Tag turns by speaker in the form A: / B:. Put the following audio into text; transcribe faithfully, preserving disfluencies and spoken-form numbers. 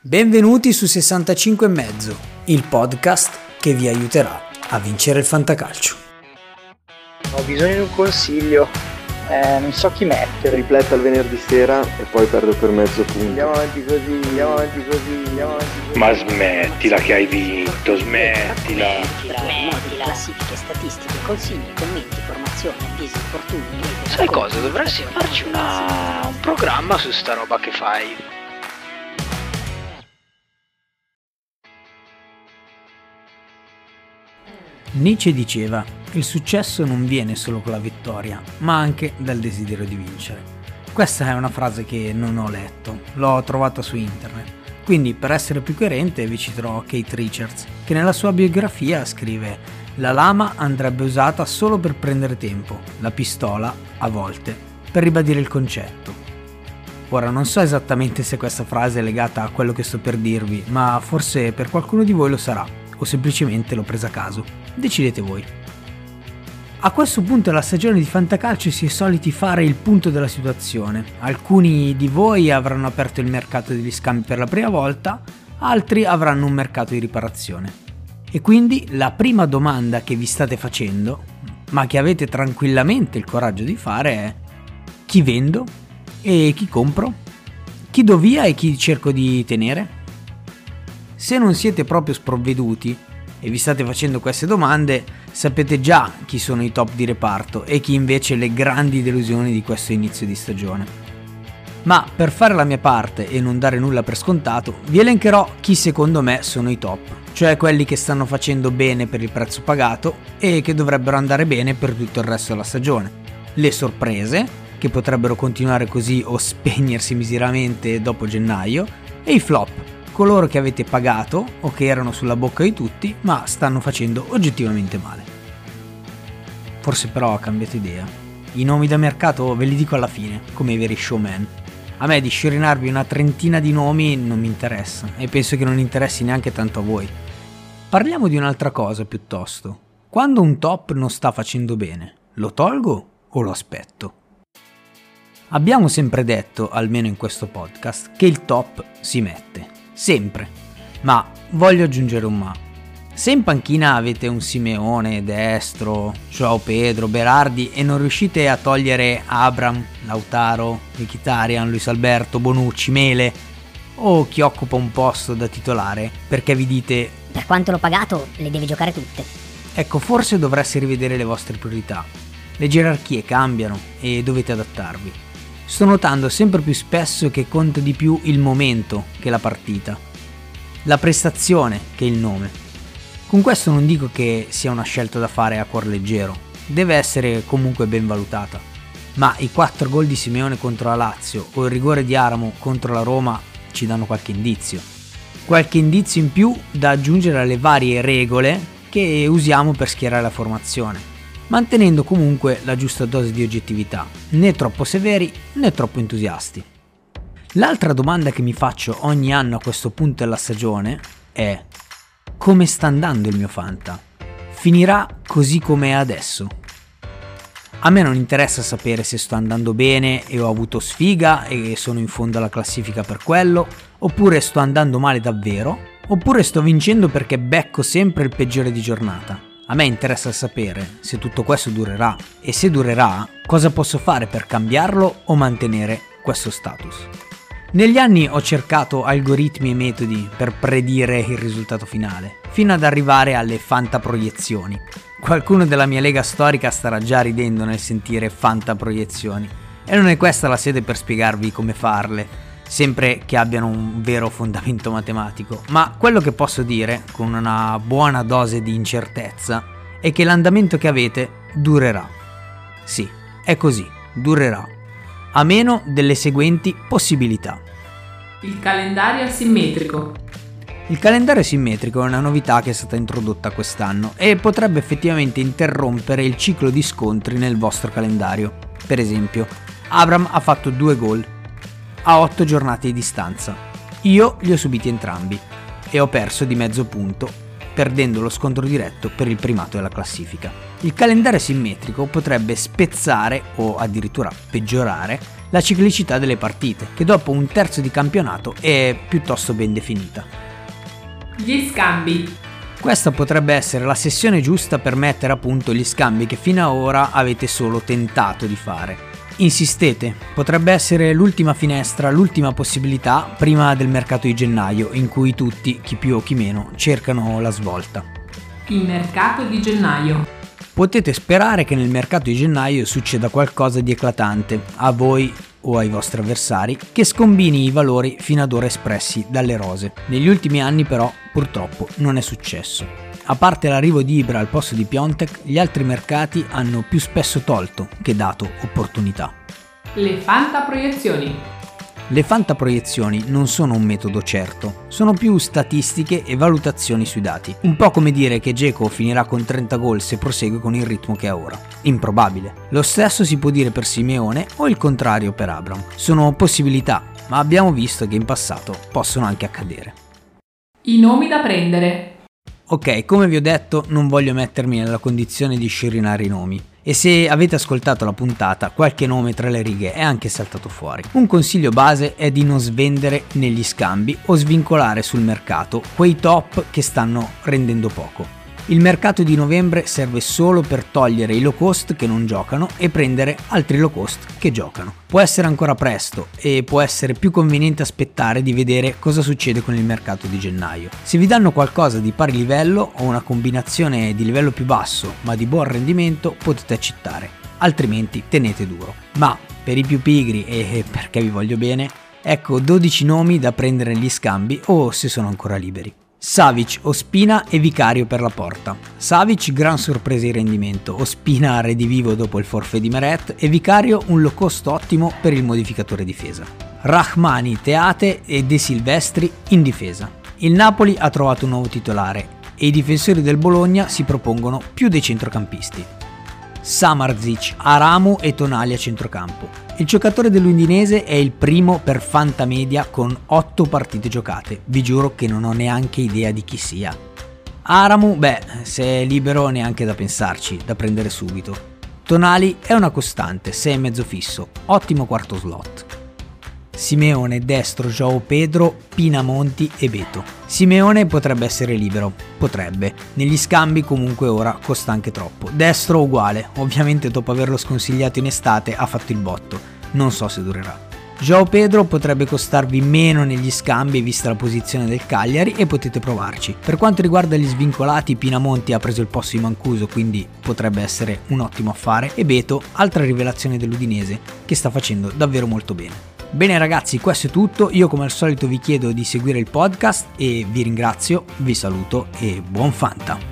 A: Benvenuti su sessantacinque e mezzo, il podcast che vi aiuterà a vincere il fantacalcio.
B: Ho bisogno di un consiglio, eh, non so chi mettere.
C: Ripletta il venerdì sera e poi perdo per mezzo punto.
B: Andiamo avanti così, andiamo avanti così, andiamo avanti così.
D: Ma smettila che hai vinto, smettila.
E: Smettila. Classifiche, statistiche, consigli, commenti, formazione, avvisi, infortuni.
D: Sai cosa? Dovresti farci una... un programma su sta roba che fai.
A: Nietzsche diceva: il successo non viene solo con la vittoria, ma anche dal desiderio di vincere. Questa è una frase che non ho letto, l'ho trovata su internet. Quindi, per essere più coerente, vi citerò Keith Richards, che nella sua biografia scrive: la lama andrebbe usata solo per prendere tempo, la pistola, a volte, per ribadire il concetto. Ora, non so esattamente se questa frase è legata a quello che sto per dirvi, ma forse per qualcuno di voi lo sarà, o semplicemente l'ho presa a caso. Decidete voi. A questo punto della stagione di fantacalcio si è soliti fare il punto della situazione. Alcuni di voi avranno aperto il mercato degli scambi per la prima volta, altri avranno un mercato di riparazione. E quindi la prima domanda che vi state facendo, ma che avete tranquillamente il coraggio di fare, è: chi vendo e chi compro? Chi do via e chi cerco di tenere? Se non siete proprio sprovveduti e vi state facendo queste domande, sapete già chi sono i top di reparto e chi invece le grandi delusioni di questo inizio di stagione. Ma per fare la mia parte e non dare nulla per scontato, vi elencherò chi secondo me sono i top, cioè quelli che stanno facendo bene per il prezzo pagato e che dovrebbero andare bene per tutto il resto della stagione. Le sorprese, che potrebbero continuare così o spegnersi miseramente dopo gennaio, e i flop, coloro che avete pagato o che erano sulla bocca di tutti ma stanno facendo oggettivamente male. Forse però cambiate idea. I nomi da mercato ve li dico alla fine, come i veri showman. A me di sciorinarvi una trentina di nomi non mi interessa e penso che non interessi neanche tanto a voi. Parliamo di un'altra cosa piuttosto. Quando un top non sta facendo bene, lo tolgo o lo aspetto? Abbiamo sempre detto, almeno in questo podcast, che il top si mette. Sempre. Ma voglio aggiungere un ma. Se in panchina avete un Simeone, Destro, Joao Pedro, Berardi e non riuscite a togliere Abraham, Lautaro, Mkhitaryan, Luis Alberto, Bonucci, Mele o chi occupa un posto da titolare perché vi dite:
E: per quanto l'ho pagato, le devi giocare tutte.
A: Ecco, forse dovreste rivedere le vostre priorità. Le gerarchie cambiano e dovete adattarvi. Sto notando sempre più spesso che conta di più il momento che la partita, la prestazione che il nome. Con questo non dico che sia una scelta da fare a cuor leggero, deve essere comunque ben valutata, ma i quattro gol di Simeone contro la Lazio o il rigore di Aramo contro la Roma ci danno qualche indizio. Qualche indizio in più da aggiungere alle varie regole che usiamo per schierare la formazione, mantenendo comunque la giusta dose di oggettività, né troppo severi né troppo entusiasti. L'altra domanda che mi faccio ogni anno a questo punto della stagione è: come sta andando il mio Fanta? Finirà così come è adesso? A me non interessa sapere se sto andando bene e ho avuto sfiga e sono in fondo alla classifica per quello, oppure sto andando male davvero, oppure sto vincendo perché becco sempre il peggiore di giornata. A me interessa sapere se tutto questo durerà e se durerà cosa posso fare per cambiarlo o mantenere questo status. Negli anni ho cercato algoritmi e metodi per predire il risultato finale, fino ad arrivare alle fantaproiezioni. Qualcuno della mia lega storica starà già ridendo nel sentire fantaproiezioni e non è questa la sede per spiegarvi come farle, sempre che abbiano un vero fondamento matematico, ma quello che posso dire, con una buona dose di incertezza, è che l'andamento che avete durerà. Sì, è così, durerà, a meno delle seguenti possibilità.
F: Il calendario asimmetrico.
A: Il calendario simmetrico è una novità che è stata introdotta quest'anno e potrebbe effettivamente interrompere il ciclo di scontri nel vostro calendario. Per esempio, Abraham ha fatto due gol a otto giornate di distanza. Io li ho subiti entrambi e ho perso di mezzo punto, perdendo lo scontro diretto per il primato della classifica. Il calendario simmetrico potrebbe spezzare o addirittura peggiorare la ciclicità delle partite, che dopo un terzo di campionato è piuttosto ben definita.
F: Gli scambi.
A: Questa potrebbe essere la sessione giusta per mettere a punto gli scambi che fino ad ora avete solo tentato di fare. Insistete, potrebbe essere l'ultima finestra, l'ultima possibilità prima del mercato di gennaio, in cui tutti, chi più o chi meno, cercano la svolta.
F: Il mercato di gennaio.
A: Potete sperare che nel mercato di gennaio succeda qualcosa di eclatante, a voi o ai vostri avversari, che scombini i valori fino ad ora espressi dalle rose. Negli ultimi anni però, purtroppo, non è successo. A parte l'arrivo di Ibra al posto di Piontek, gli altri mercati hanno più spesso tolto che dato opportunità.
F: Le fantaproiezioni.
A: Le fantaproiezioni non sono un metodo certo, sono più statistiche e valutazioni sui dati. Un po' come dire che Dzeko finirà con trenta gol se prosegue con il ritmo che ha ora. Improbabile. Lo stesso si può dire per Simeone o il contrario per Abraham. Sono possibilità, ma abbiamo visto che in passato possono anche accadere.
F: I nomi da prendere.
A: Ok, come vi ho detto, non voglio mettermi nella condizione di scirinare i nomi. E se avete ascoltato la puntata, qualche nome tra le righe è anche saltato fuori. Un consiglio base è di non svendere negli scambi o svincolare sul mercato quei top che stanno rendendo poco. Il mercato di novembre serve solo per togliere i low cost che non giocano e prendere altri low cost che giocano. Può essere ancora presto e può essere più conveniente aspettare di vedere cosa succede con il mercato di gennaio. Se vi danno qualcosa di pari livello o una combinazione di livello più basso ma di buon rendimento, potete accettare, altrimenti tenete duro. Ma per i più pigri e perché vi voglio bene, ecco dodici nomi da prendere negli scambi o se sono ancora liberi. Savic, Ospina e Vicario per la porta. Savic gran sorpresa di rendimento, Ospina redivivo dopo il forfait di Meret e Vicario un low cost ottimo per il modificatore difesa. Rahmani, Teate e De Silvestri in difesa. Il Napoli ha trovato un nuovo titolare e i difensori del Bologna si propongono più dei centrocampisti. Samardzic, Aramu e Tonali a centrocampo. Il giocatore dell'Udinese è il primo per Fantamedia con otto partite giocate, vi giuro che non ho neanche idea di chi sia. Aramu, beh, se è libero neanche da pensarci, da prendere subito. Tonali è una costante, sei e mezzo fisso, ottimo quarto slot. Simeone, destro, João Pedro, Pinamonti e Beto. Simeone potrebbe essere libero, potrebbe. Negli scambi comunque ora costa anche troppo. Destro uguale, ovviamente dopo averlo sconsigliato in estate ha fatto il botto, non so se durerà. João Pedro potrebbe costarvi meno negli scambi vista la posizione del Cagliari e potete provarci. Per quanto riguarda gli svincolati, Pinamonti ha preso il posto di Mancuso, quindi potrebbe essere un ottimo affare, e Beto, altra rivelazione dell'Udinese che sta facendo davvero molto bene. Bene ragazzi, questo è tutto, io come al solito vi chiedo di seguire il podcast e vi ringrazio, vi saluto e buon Fanta!